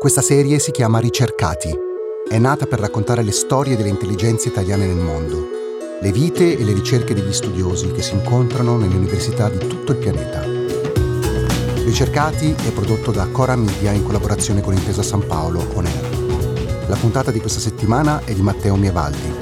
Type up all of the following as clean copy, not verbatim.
Questa serie si chiama Ricercati. È nata per raccontare le storie delle intelligenze italiane nel mondo, le vite e le ricerche degli studiosi che si incontrano nelle università di tutto il pianeta. Ricercati è prodotto da Cora Media in collaborazione con Intesa San Paolo On Air. La puntata di questa settimana è di Matteo Mievaldi.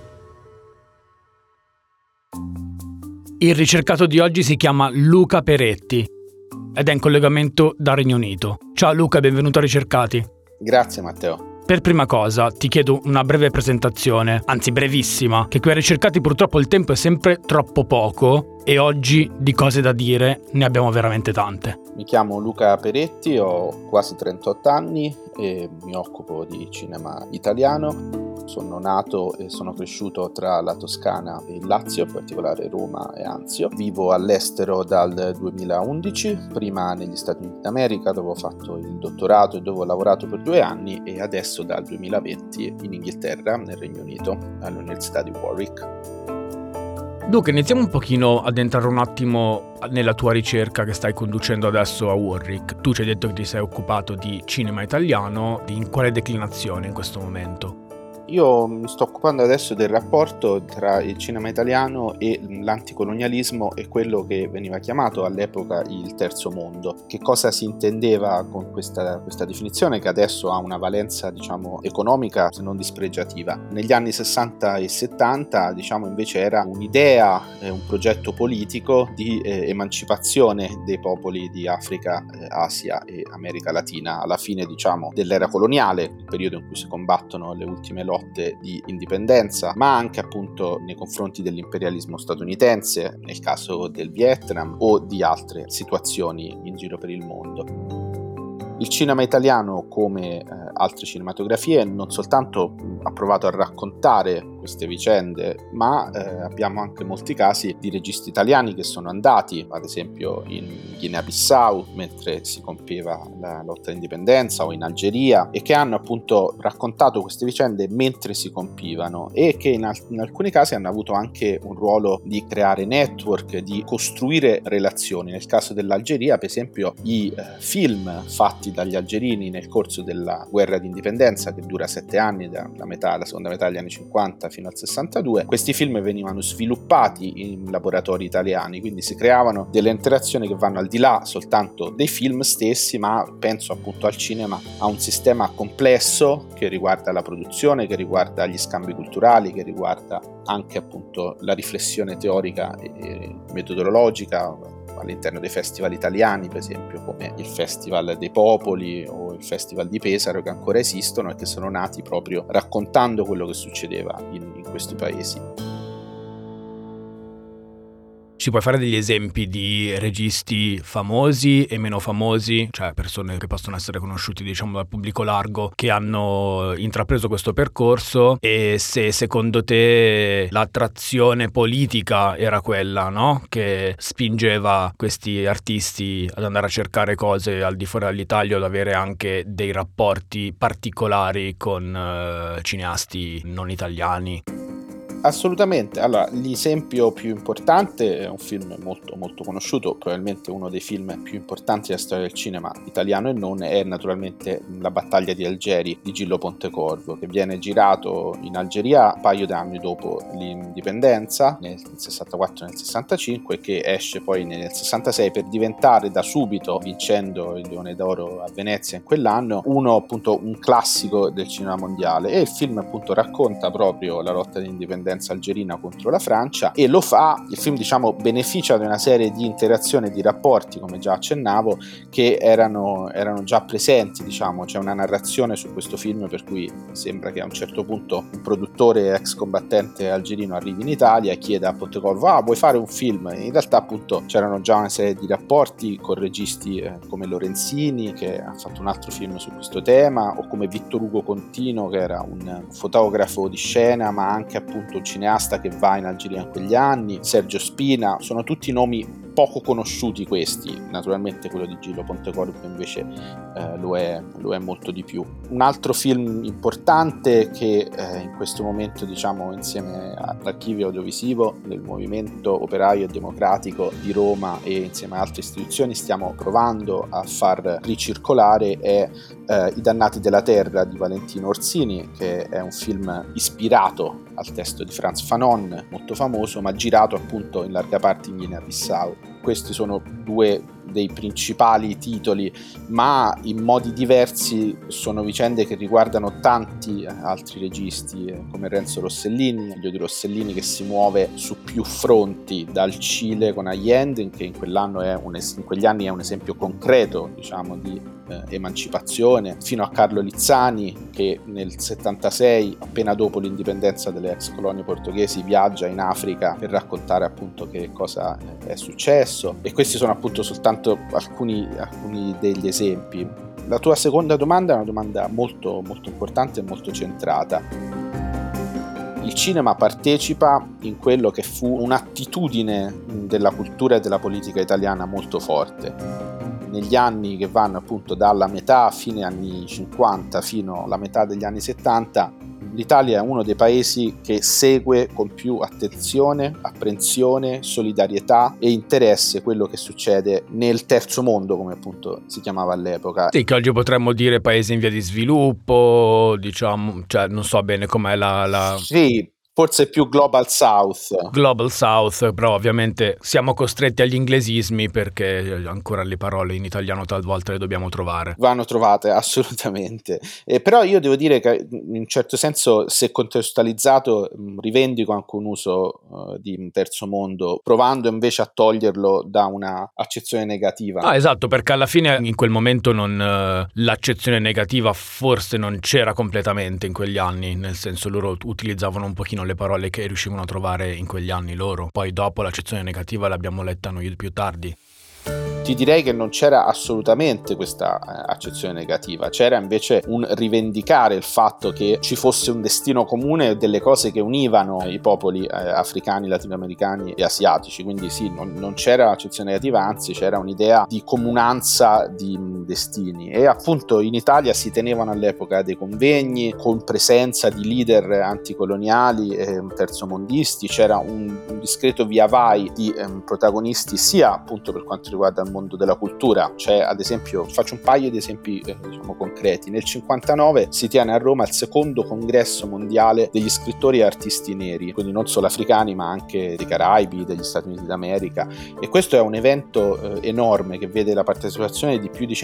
Il ricercato di oggi si chiama Luca Peretti ed è in collegamento dal Regno Unito. Ciao Luca, benvenuto a Ricercati. Grazie Matteo. Per prima cosa ti chiedo una breve presentazione, anzi brevissima, che qui a Ricercati purtroppo il tempo è sempre troppo poco e oggi di cose da dire ne abbiamo veramente tante. Mi chiamo Luca Peretti, ho quasi 38 anni e mi occupo di cinema italiano. Sono nato e sono cresciuto tra la Toscana e il Lazio, in particolare Roma e Anzio. Vivo all'estero dal 2011, prima negli Stati Uniti d'America dove ho fatto il dottorato e dove ho lavorato per 2 anni e adesso dal 2020 in Inghilterra, nel Regno Unito, all'Università di Warwick. Luca, iniziamo un pochino ad entrare un attimo nella tua ricerca che stai conducendo adesso a Warwick. Tu ci hai detto che ti sei occupato di cinema italiano, in quale declinazione in questo momento? Io mi sto occupando adesso del rapporto tra il cinema italiano e l'anticolonialismo e quello che veniva chiamato all'epoca il terzo mondo. Che cosa si intendeva con questa definizione che adesso ha una valenza, economica se non dispregiativa. Negli anni 60 e 70, invece era un'idea, un progetto politico di emancipazione dei popoli di Africa, Asia e America Latina alla fine, dell'era coloniale, il periodo in cui si combattono le ultime lotte di indipendenza, ma anche appunto nei confronti dell'imperialismo statunitense, nel caso del Vietnam o di altre situazioni in giro per il mondo. Il cinema italiano, come altre cinematografie, non soltanto ha provato a raccontare queste vicende, ma abbiamo anche molti casi di registi italiani che sono andati, ad esempio in Guinea-Bissau, mentre si compieva la lotta all'indipendenza, o in Algeria, e che hanno appunto raccontato queste vicende mentre si compivano e che in alcuni casi hanno avuto anche un ruolo di creare network, di costruire relazioni. Nel caso dell'Algeria, per esempio, i film fatti dagli algerini nel corso della guerra di indipendenza, che dura 7 anni, la seconda metà degli anni 50 fino al 62, questi film venivano sviluppati in laboratori italiani, quindi si creavano delle interazioni che vanno al di là soltanto dei film stessi, ma penso appunto al cinema, a un sistema complesso che riguarda la produzione, che riguarda gli scambi culturali, che riguarda anche appunto la riflessione teorica e metodologica all'interno dei festival italiani, per esempio come il Festival dei Popoli o il Festival di Pesaro, che ancora esistono e che sono nati proprio raccontando quello che succedeva in questi paesi. Ci puoi fare degli esempi di registi famosi e meno famosi, cioè persone che possono essere conosciuti dal pubblico largo, che hanno intrapreso questo percorso, e se secondo te l'attrazione politica era quella, no? Che spingeva questi artisti ad andare a cercare cose al di fuori dall'Italia o ad avere anche dei rapporti particolari con cineasti non italiani. Assolutamente. Allora, l'esempio più importante è un film molto molto conosciuto, probabilmente uno dei film più importanti della storia del cinema italiano e non, è naturalmente La battaglia di Algeri di Gillo Pontecorvo, che viene girato in Algeria un paio di anni dopo l'indipendenza, nel 64 e nel 65, che esce poi nel 66 per diventare da subito, vincendo il Leone d'Oro a Venezia in quell'anno, un classico del cinema mondiale. E il film appunto racconta proprio la lotta dell'indipendenza algerina contro la Francia, e lo fa, il film beneficia di una serie di interazioni e di rapporti, come già accennavo, che erano già presenti. C'è una narrazione su questo film per cui sembra che a un certo punto un produttore ex combattente algerino arrivi in Italia e chieda a Pontecorvo: vuoi fare un film? In realtà appunto c'erano già una serie di rapporti con registi come Lorenzini, che ha fatto un altro film su questo tema, o come Vittor Ugo Contino, che era un fotografo di scena ma anche appunto un cineasta che va in Algeria in quegli anni, Sergio Spina. Sono tutti nomi poco conosciuti questi. Naturalmente quello di Gillo Pontecorvo invece lo è molto di più. Un altro film importante che in questo momento, diciamo, insieme all'archivio audiovisivo del Movimento Operaio e Democratico di Roma e insieme a altre istituzioni stiamo provando a far ricircolare è I Dannati della Terra di Valentino Orsini, che è un film ispirato al testo di Frantz Fanon, molto famoso, ma girato appunto in larga parte in Guinea-Bissau. Questi sono due dei principali titoli, ma in modi diversi sono vicende che riguardano tanti altri registi come Renzo Rossellini, figlio di Rossellini, che si muove su più fronti, dal Cile con Allende, che in quegli anni è un esempio concreto, diciamo, di emancipazione, fino a Carlo Lizzani, che nel 76, appena dopo l'indipendenza delle ex colonie portoghesi, viaggia in Africa per raccontare appunto che cosa è successo. E questi sono appunto soltanto alcuni degli esempi. La tua seconda domanda è una domanda molto molto importante e molto centrata. Il cinema partecipa in quello che fu un'attitudine della cultura e della politica italiana molto forte. Negli anni che vanno appunto dalla metà, fine anni 50 fino alla metà degli anni 70, l'Italia è uno dei paesi che segue con più attenzione, apprensione, solidarietà e interesse quello che succede nel terzo mondo, come appunto si chiamava all'epoca. Sì, che oggi potremmo dire paese in via di sviluppo, diciamo, cioè non so bene com'è la... Sì, forse più Global South. Global South, però ovviamente siamo costretti agli inglesismi perché ancora le parole in italiano talvolta le dobbiamo trovare. Vanno trovate, assolutamente. Però io devo dire che in un certo senso, se contestualizzato, rivendico anche un uso di un terzo mondo, provando invece a toglierlo da una accezione negativa. Ah, esatto, perché alla fine in quel momento l'accezione negativa forse non c'era completamente in quegli anni, nel senso loro utilizzavano un pochino le parole che riuscivano a trovare in quegli anni loro. Poi dopo l'accezione negativa l'abbiamo letta noi più tardi. Ti direi che non c'era assolutamente questa accezione negativa, c'era invece un rivendicare il fatto che ci fosse un destino comune e delle cose che univano i popoli africani, latinoamericani e asiatici, quindi sì, non c'era accezione negativa, anzi c'era un'idea di comunanza di destini. E appunto in Italia si tenevano all'epoca dei convegni con presenza di leader anticoloniali e terzomondisti, c'era un discreto via vai di protagonisti sia appunto per quanto riguarda il mondo della cultura. C'è, ad esempio, faccio un paio di esempi diciamo concreti. Nel 59 si tiene a Roma il secondo congresso mondiale degli scrittori e artisti neri, quindi non solo africani ma anche dei Caraibi, degli Stati Uniti d'America, e questo è un evento enorme che vede la partecipazione di più di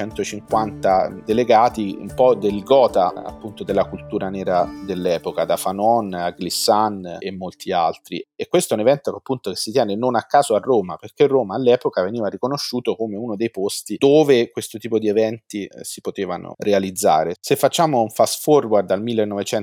150 delegati, un po' del gotha appunto della cultura nera dell'epoca, da Fanon a Glissant e molti altri. E questo è un evento che appunto si tiene non a caso a Roma, perché Roma all'epoca veniva riconosciuto come uno dei posti dove questo tipo di eventi si potevano realizzare. Se facciamo un fast forward al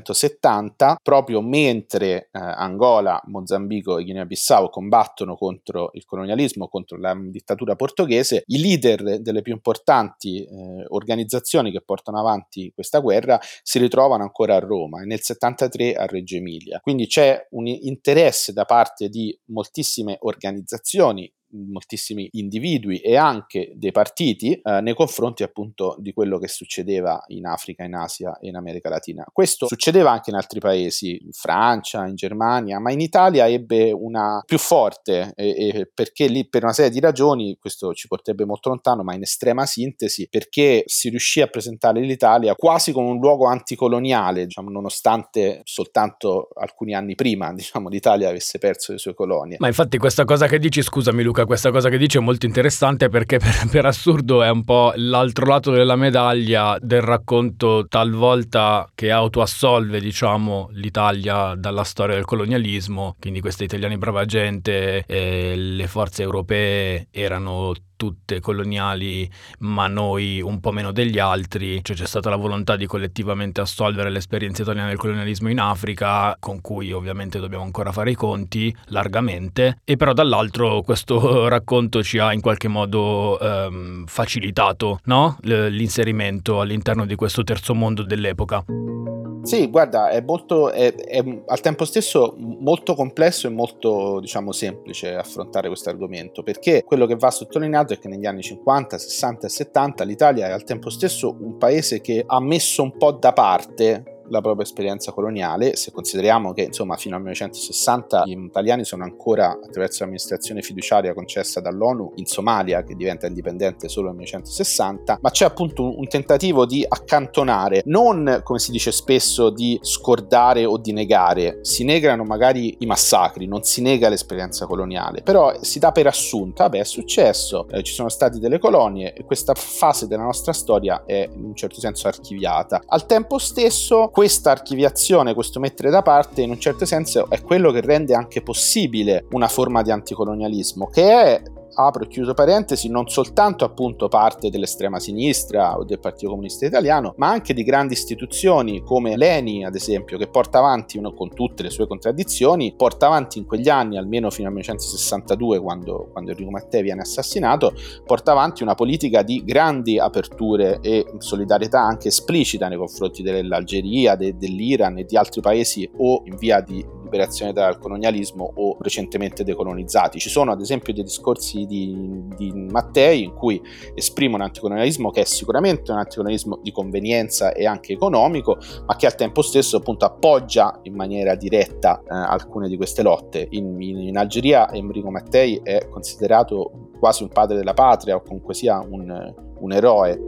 1970, proprio mentre Angola, Mozambico e Guinea-Bissau combattono contro il colonialismo, contro la dittatura portoghese, i leader delle più importanti organizzazioni che portano avanti questa guerra si ritrovano ancora a Roma e nel 73 a Reggio Emilia. Quindi c'è un interesse da parte di moltissime organizzazioni, moltissimi individui e anche dei partiti nei confronti appunto di quello che succedeva in Africa, in Asia e in America Latina. Questo succedeva anche in altri paesi, in Francia, in Germania, ma in Italia ebbe una più forte perché lì per una serie di ragioni, questo ci porterebbe molto lontano, ma in estrema sintesi, perché si riuscì a presentare l'Italia quasi come un luogo anticoloniale, diciamo, nonostante soltanto alcuni anni prima, diciamo, l'Italia avesse perso le sue colonie. Ma infatti questa cosa che dici, scusami Luca, questa cosa che dici è molto interessante perché per assurdo è un po' l'altro lato della medaglia del racconto talvolta che autoassolve, diciamo, l'Italia dalla storia del colonialismo, quindi questi italiani brava gente, le forze europee erano tutte coloniali, ma noi un po' meno degli altri, cioè c'è stata la volontà di collettivamente assolvere l'esperienza italiana del colonialismo in Africa, con cui ovviamente dobbiamo ancora fare i conti largamente, e però dall'altro questo racconto ci ha in qualche modo facilitato, no? L'inserimento all'interno di questo terzo mondo dell'epoca. Sì, guarda, è al tempo stesso molto complesso e molto, diciamo, semplice affrontare questo argomento, perché quello che va sottolineato è che negli anni 50, 60 e 70 l'Italia è al tempo stesso un paese che ha messo un po' da parte la propria esperienza coloniale, se consideriamo che insomma fino al 1960 gli italiani sono ancora, attraverso l'amministrazione fiduciaria concessa dall'ONU, in Somalia, che diventa indipendente solo nel 1960, ma c'è appunto un tentativo di accantonare, non, come si dice spesso, di scordare o di negare. Si negano magari i massacri, non si nega l'esperienza coloniale, però si dà per assunta, vabbè, è successo, ci sono stati delle colonie e questa fase della nostra storia è in un certo senso archiviata. Al tempo stesso questa archiviazione, questo mettere da parte, in un certo senso è quello che rende anche possibile una forma di anticolonialismo, che è, apro e chiuso parentesi, non soltanto appunto parte dell'estrema sinistra o del Partito Comunista Italiano, ma anche di grandi istituzioni come l'ENI, ad esempio, che porta avanti, con tutte le sue contraddizioni, porta avanti in quegli anni, almeno fino al 1962, quando Enrico Mattei viene assassinato, porta avanti una politica di grandi aperture e solidarietà anche esplicita nei confronti dell'Algeria, dell'Iran e di altri paesi o in via di liberazione dal colonialismo o recentemente decolonizzati. Ci sono ad esempio dei discorsi di Mattei in cui esprime un anticolonialismo che è sicuramente un anticolonialismo di convenienza e anche economico, ma che al tempo stesso appunto appoggia in maniera diretta alcune di queste lotte. In Algeria Enrico Mattei è considerato quasi un padre della patria, o comunque sia un eroe.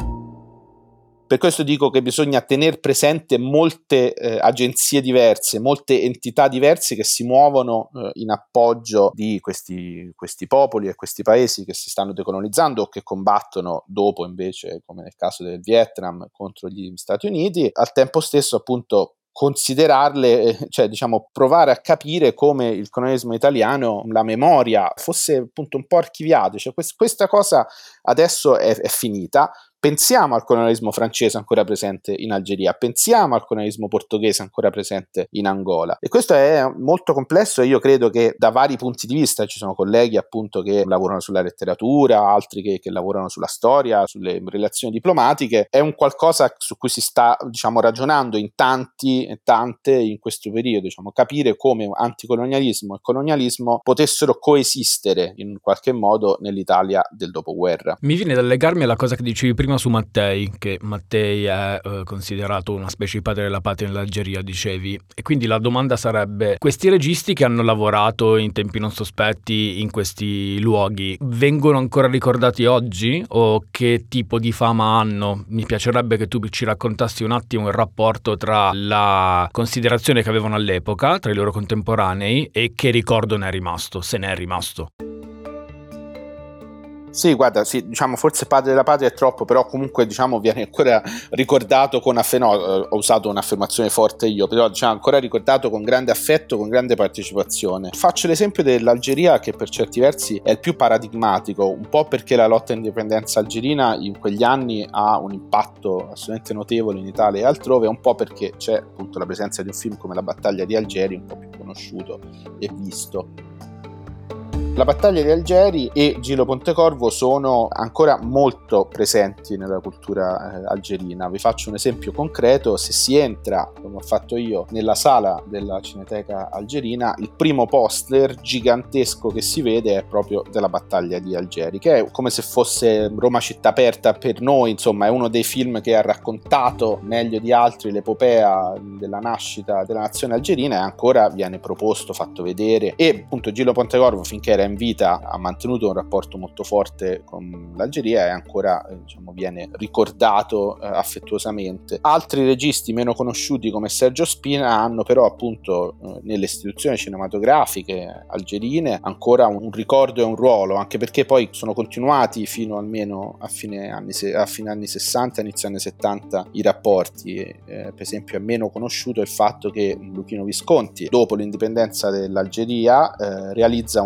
Per questo dico che bisogna tenere presente molte agenzie diverse, molte entità diverse che si muovono in appoggio di questi popoli e questi paesi che si stanno decolonizzando o che combattono dopo, invece, come nel caso del Vietnam, contro gli Stati Uniti. Al tempo stesso, appunto, considerarle, cioè diciamo provare a capire come il colonialismo italiano, la memoria fosse appunto un po' archiviata, cioè questa cosa adesso è finita. Pensiamo al colonialismo francese ancora presente in Algeria, pensiamo al colonialismo portoghese ancora presente in Angola, e questo è molto complesso e io credo che da vari punti di vista, ci sono colleghi appunto che lavorano sulla letteratura, altri che lavorano sulla storia, sulle relazioni diplomatiche, è un qualcosa su cui si sta, diciamo, ragionando in tanti e tante in questo periodo, diciamo, capire come anticolonialismo e colonialismo potessero coesistere in qualche modo nell'Italia del dopoguerra. Mi viene da legarmi alla cosa che dicevi prima su Mattei, che Mattei è considerato una specie di padre della patria nell'Algeria, dicevi, e quindi la domanda sarebbe: questi registi che hanno lavorato in tempi non sospetti in questi luoghi vengono ancora ricordati oggi, o che tipo di fama hanno? Mi piacerebbe che tu ci raccontassi un attimo il rapporto tra la considerazione che avevano all'epoca, tra i loro contemporanei, e che ricordo ne è rimasto, se ne è rimasto. Sì, guarda, sì, diciamo forse padre della patria è troppo, però comunque diciamo viene ancora ricordato con ho usato un'affermazione forte io, però diciamo ancora ricordato con grande affetto, con grande partecipazione. Faccio l'esempio dell'Algeria, che per certi versi è il più paradigmatico, un po' perché la lotta all'indipendenza algerina in quegli anni ha un impatto assolutamente notevole in Italia e altrove, un po' perché c'è appunto la presenza di un film come La battaglia di Algeri, un po' più conosciuto e visto. La battaglia di Algeri e Gilo Pontecorvo sono ancora molto presenti nella cultura algerina. Vi faccio un esempio concreto: se si entra, come ho fatto io, nella sala della Cineteca algerina, il primo poster gigantesco che si vede è proprio della battaglia di Algeri, che è come se fosse Roma città aperta per noi, insomma è uno dei film che ha raccontato meglio di altri l'epopea della nascita della nazione algerina, e ancora viene proposto, fatto vedere, e appunto Gilo Pontecorvo, finché era in vita, ha mantenuto un rapporto molto forte con l'Algeria e ancora diciamo viene ricordato affettuosamente. Altri registi meno conosciuti come Sergio Spina hanno però appunto nelle istituzioni cinematografiche algerine ancora un ricordo e un ruolo, anche perché poi sono continuati fino almeno a fine anni 60, inizio anni 70 i rapporti. Per esempio è meno conosciuto il fatto che Luchino Visconti, dopo l'indipendenza dell'Algeria, realizza un film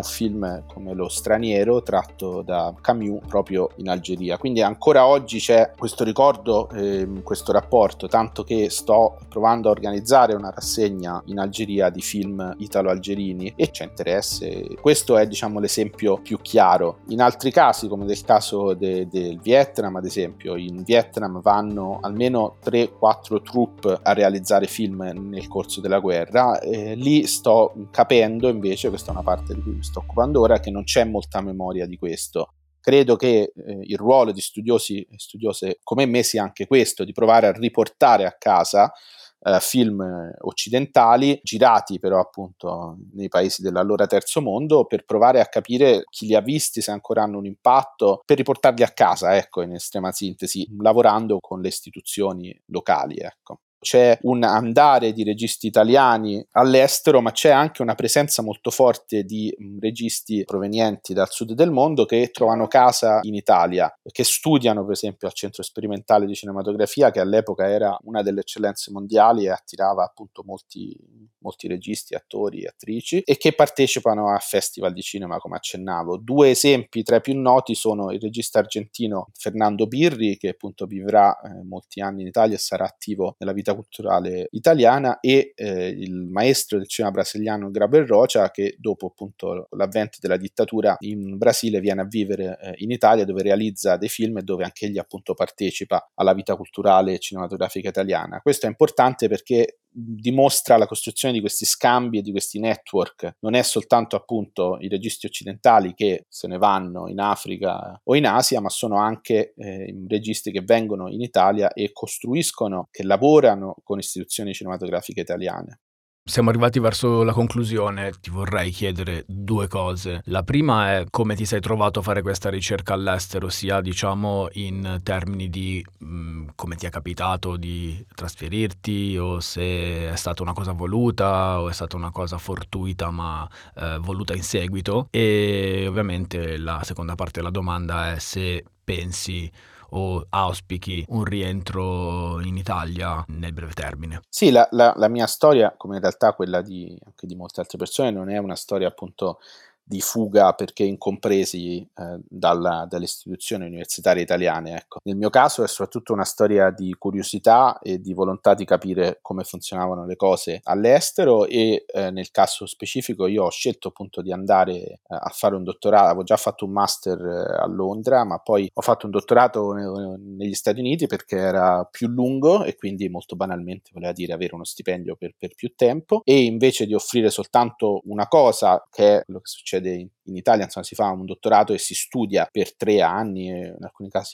film come Lo straniero, tratto da Camus proprio in Algeria. Quindi ancora oggi c'è questo ricordo, questo rapporto, tanto che sto provando a organizzare una rassegna in Algeria di film italo-algerini e c'è interesse. Questo è, diciamo, l'esempio più chiaro. In altri casi, come nel caso del Vietnam, ad esempio, in Vietnam vanno almeno 3-4 troupe a realizzare film nel corso della guerra. Lì sto capendo invece, questa è una parte di cui mi sto occupando ora, che non c'è molta memoria di questo. Credo che il ruolo di studiosi e studiose come me sia anche questo, di provare a riportare a casa film occidentali, girati però appunto nei paesi dell'allora terzo mondo, per provare a capire chi li ha visti, se ancora hanno un impatto, per riportarli a casa, ecco, in estrema sintesi, lavorando con le istituzioni locali, ecco. C'è un andare di registi italiani all'estero, ma c'è anche una presenza molto forte di registi provenienti dal sud del mondo che trovano casa in Italia, che studiano per esempio al Centro Sperimentale di Cinematografia, che all'epoca era una delle eccellenze mondiali e attirava appunto molti registi, attori e attrici, e che partecipano a festival di cinema, come accennavo. 2 esempi tra i più noti sono il regista argentino Fernando Birri, che appunto vivrà molti anni in Italia e sarà attivo nella vita culturale italiana, e il maestro del cinema brasiliano Graber Rocha, che dopo appunto l'avvento della dittatura in Brasile viene a vivere in Italia, dove realizza dei film e dove anche egli appunto partecipa alla vita culturale e cinematografica italiana. Questo è importante perché dimostra la costruzione di questi scambi e di questi network. Non è soltanto appunto i registi occidentali che se ne vanno in Africa o in Asia, ma sono anche registi che vengono in Italia e costruiscono, che lavorano con istituzioni cinematografiche italiane. Siamo arrivati verso la conclusione, ti vorrei chiedere 2 cose. La prima è come ti sei trovato a fare questa ricerca all'estero, sia diciamo in termini di come ti è capitato di trasferirti, o se è stata una cosa voluta o è stata una cosa fortuita ma voluta in seguito, e ovviamente la seconda parte della domanda è se pensi o auspichi un rientro in Italia nel breve termine. Sì, la mia storia, come in realtà quella anche di molte altre persone, non è una storia appunto di fuga perché incompresi dalle istituzioni universitarie italiane, ecco. Nel mio caso è soprattutto una storia di curiosità e di volontà di capire come funzionavano le cose all'estero, e nel caso specifico io ho scelto appunto di andare a fare un dottorato. Avevo già fatto un master a Londra, ma poi ho fatto un dottorato negli Stati Uniti perché era più lungo e quindi molto banalmente voleva dire avere uno stipendio per più tempo, e invece di offrire soltanto una cosa, che è quello che succede in Italia, insomma, si fa un dottorato e si studia per 3 anni e in alcuni casi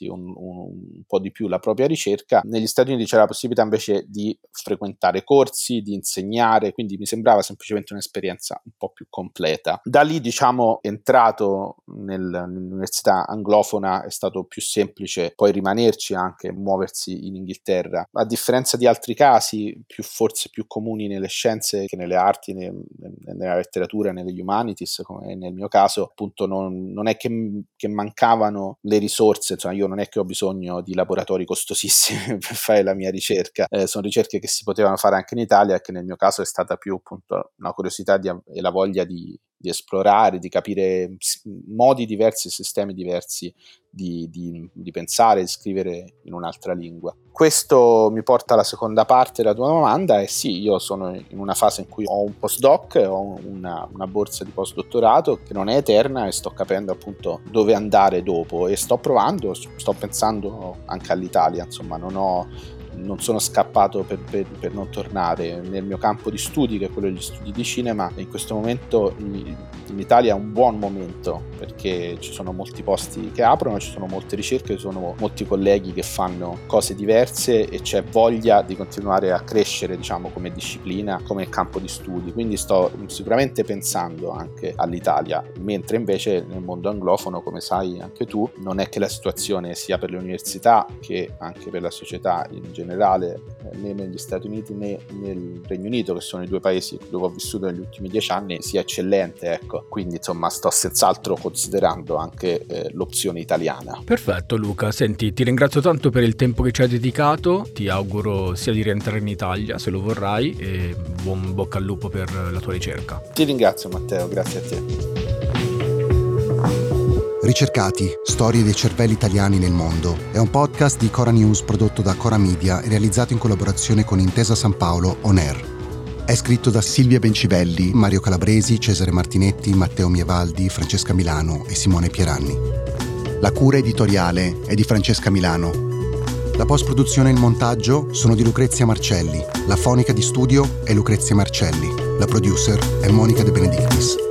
un po' di più la propria ricerca. Negli Stati Uniti c'era la possibilità invece di frequentare corsi, di insegnare, quindi mi sembrava semplicemente un'esperienza un po' più completa. Da lì, diciamo, entrato nell'università anglofona è stato più semplice poi rimanerci, anche muoversi in Inghilterra. A differenza di altri casi, forse più comuni nelle scienze che nelle arti, nella letteratura, nelle humanities, come nel mio caso, appunto non è che mancavano le risorse, insomma io non è che ho bisogno di laboratori costosissimi per fare la mia ricerca, sono ricerche che si potevano fare anche in Italia e che nel mio caso è stata più appunto una curiosità e la voglia di esplorare, di capire modi diversi, sistemi diversi di pensare, di scrivere in un'altra lingua. Questo mi porta alla seconda parte della tua domanda, e sì, io sono in una fase in cui ho un postdoc, ho una borsa di postdottorato che non è eterna e sto capendo appunto dove andare dopo, e sto pensando anche all'Italia, insomma non sono scappato per non tornare. Nel mio campo di studi, che è quello degli studi di cinema, in questo momento in Italia è un buon momento perché ci sono molti posti che aprono, ci sono molte ricerche, ci sono molti colleghi che fanno cose diverse e c'è voglia di continuare a crescere, diciamo, come disciplina, come campo di studi. Quindi sto sicuramente pensando anche all'Italia, mentre invece nel mondo anglofono, come sai anche tu, non è che la situazione sia per le università che anche per la società in generale, né negli Stati Uniti né nel Regno Unito, che sono i 2 paesi dove ho vissuto negli ultimi 10 anni, sia eccellente, ecco. Quindi insomma sto senz'altro considerando anche l'opzione italiana. Perfetto Luca, senti, ti ringrazio tanto per il tempo che ci hai dedicato, ti auguro sia di rientrare in Italia se lo vorrai, e buon bocca al lupo per la tua ricerca. Ti ringrazio Matteo, grazie a te. Ricercati, storie dei cervelli italiani nel mondo è un podcast di Cora News prodotto da Cora Media e realizzato in collaborazione con Intesa San Paolo On Air. È scritto da Silvia Bencivelli, Mario Calabresi, Cesare Martinetti, Matteo Mievaldi, Francesca Milano e Simone Pieranni. La cura editoriale è di Francesca Milano. La post-produzione e il montaggio sono di Lucrezia Marcelli. La fonica di studio è Lucrezia Marcelli. La producer è Monica De Benedictis.